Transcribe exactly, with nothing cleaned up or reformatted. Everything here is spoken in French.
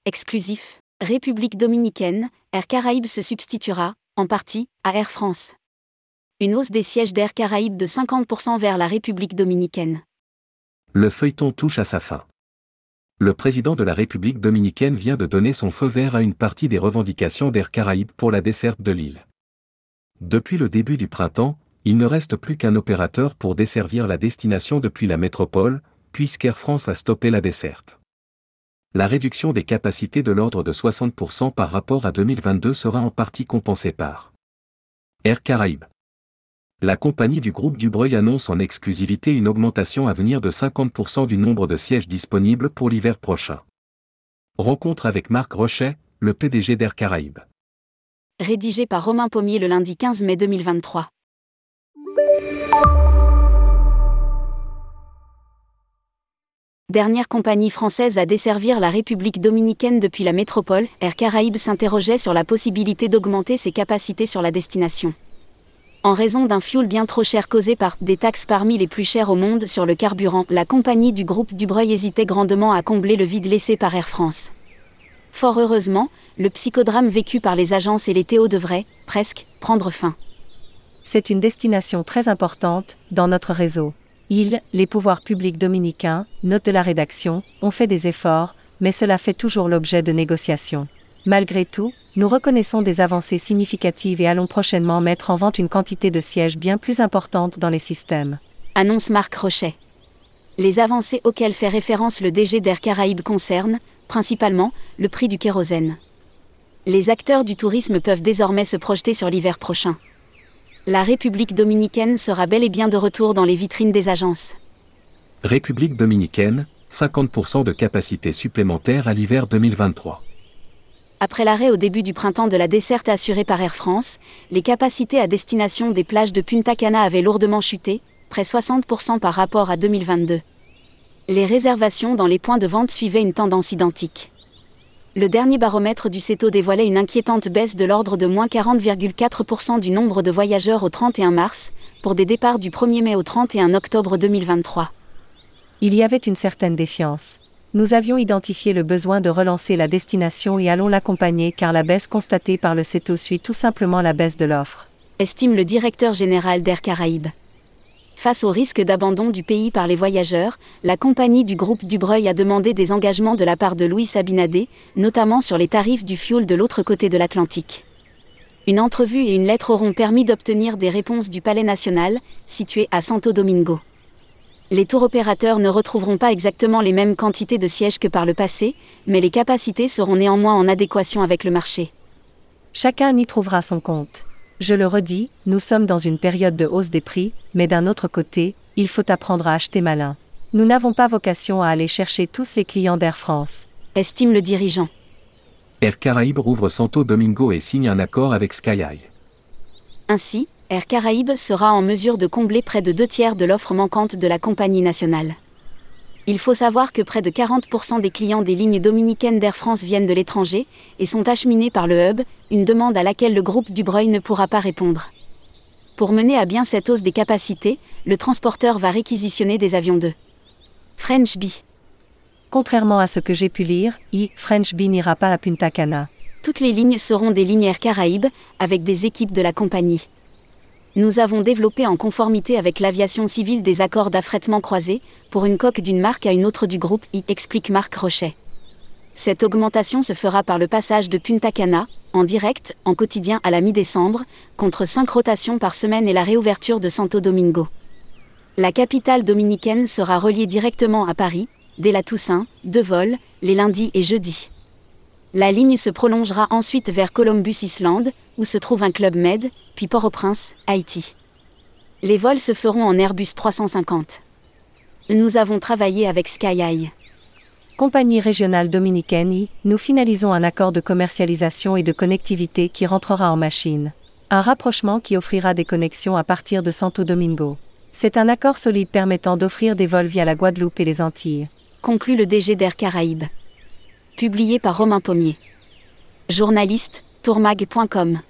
Exclusif, République dominicaine, Air Caraïbes se substituera, en partie, à Air France. Une hausse des sièges d'Air Caraïbes de cinquante pour cent vers la République dominicaine. Le feuilleton touche à sa fin. Le président de la République dominicaine vient de donner son feu vert à une partie des revendications d'Air Caraïbes pour la desserte de l'île. Depuis le début du printemps, il ne reste plus qu'un opérateur pour desservir la destination depuis la métropole, puisqu'Air France a stoppé la desserte. La réduction des capacités de l'ordre de soixante pour cent par rapport à deux mille vingt-deux sera en partie compensée par Air Caraïbes. La compagnie du groupe Dubreuil annonce en exclusivité une augmentation à venir de cinquante pour cent du nombre de sièges disponibles pour l'hiver prochain. Rencontre avec Marc Rochet, le P D G d'Air Caraïbes. Rédigé par Romain Pommier le lundi quinze mai deux mille vingt-trois. Dernière compagnie française à desservir la République dominicaine depuis la métropole, Air Caraïbes s'interrogeait sur la possibilité d'augmenter ses capacités sur la destination. En raison d'un fioul bien trop cher causé par des taxes parmi les plus chères au monde sur le carburant, la compagnie du groupe Dubreuil hésitait grandement à combler le vide laissé par Air France. Fort heureusement, le psychodrame vécu par les agences et les T O devrait, presque, prendre fin. C'est une destination très importante dans notre réseau. Ils, les pouvoirs publics dominicains, note de la rédaction, ont fait des efforts, mais cela fait toujours l'objet de négociations. Malgré tout, nous reconnaissons des avancées significatives et allons prochainement mettre en vente une quantité de sièges bien plus importante dans les systèmes. Annonce Marc Rochet. Les avancées auxquelles fait référence le D G d'Air Caraïbes concernent, principalement, le prix du kérosène. Les acteurs du tourisme peuvent désormais se projeter sur l'hiver prochain. La République dominicaine sera bel et bien de retour dans les vitrines des agences. République dominicaine, cinquante pour cent de capacité supplémentaire à l'hiver deux mille vingt-trois. Après l'arrêt au début du printemps de la desserte assurée par Air France, les capacités à destination des plages de Punta Cana avaient lourdement chuté, près soixante pour cent par rapport à deux mille vingt-deux. Les réservations dans les points de vente suivaient une tendance identique. Le dernier baromètre du C E T O dévoilait une inquiétante baisse de l'ordre de moins quarante virgule quatre pour cent du nombre de voyageurs au trente et un mars, pour des départs du premier mai au trente et un octobre deux mille vingt-trois. Il y avait une certaine défiance. Nous avions identifié le besoin de relancer la destination et allons l'accompagner car la baisse constatée par le C E T O suit tout simplement la baisse de l'offre, estime le directeur général d'Air Caraïbes. Face au risque d'abandon du pays par les voyageurs, la compagnie du groupe Dubreuil a demandé des engagements de la part de Luis Abinadé, notamment sur les tarifs du fioul de l'autre côté de l'Atlantique. Une entrevue et une lettre auront permis d'obtenir des réponses du Palais national, situé à Santo Domingo. Les tour-opérateurs ne retrouveront pas exactement les mêmes quantités de sièges que par le passé, mais les capacités seront néanmoins en adéquation avec le marché. Chacun y trouvera son compte. Je le redis, nous sommes dans une période de hausse des prix, mais d'un autre côté, il faut apprendre à acheter malin. Nous n'avons pas vocation à aller chercher tous les clients d'Air France, estime le dirigeant. Air Caraïbes rouvre Santo Domingo et signe un accord avec SkyEye. Ainsi, Air Caraïbes sera en mesure de combler près de deux tiers de l'offre manquante de la compagnie nationale. Il faut savoir que près de quarante pour cent des clients des lignes dominicaines d'Air France viennent de l'étranger et sont acheminés par le hub, une demande à laquelle le groupe Dubreuil ne pourra pas répondre. Pour mener à bien cette hausse des capacités, le transporteur va réquisitionner des avions de French Bee. Contrairement à ce que j'ai pu lire, I, French Bee n'ira pas à Punta Cana. Toutes les lignes seront des lignes Air Caraïbes, avec des équipes de la compagnie. Nous avons développé en conformité avec l'aviation civile des accords d'affrètement croisés, pour une coque d'une marque à une autre du groupe, y explique Marc Rochet. Cette augmentation se fera par le passage de Punta Cana, en direct, en quotidien à la mi-décembre, contre cinq rotations par semaine et la réouverture de Santo Domingo. La capitale dominicaine sera reliée directement à Paris, dès la Toussaint, deux vols, les lundis et jeudis. La ligne se prolongera ensuite vers Columbus Island, où se trouve un Club Med, puis Port-au-Prince, Haïti. Les vols se feront en Airbus trois cent cinquante. Nous avons travaillé avec SkyEye. Compagnie régionale dominicaine I, nous finalisons un accord de commercialisation et de connectivité qui rentrera en machine. Un rapprochement qui offrira des connexions à partir de Santo Domingo. C'est un accord solide permettant d'offrir des vols via la Guadeloupe et les Antilles. Conclut le D G d'Air Caraïbes. Publié par Romain Pommier. Journaliste, tourmag point com.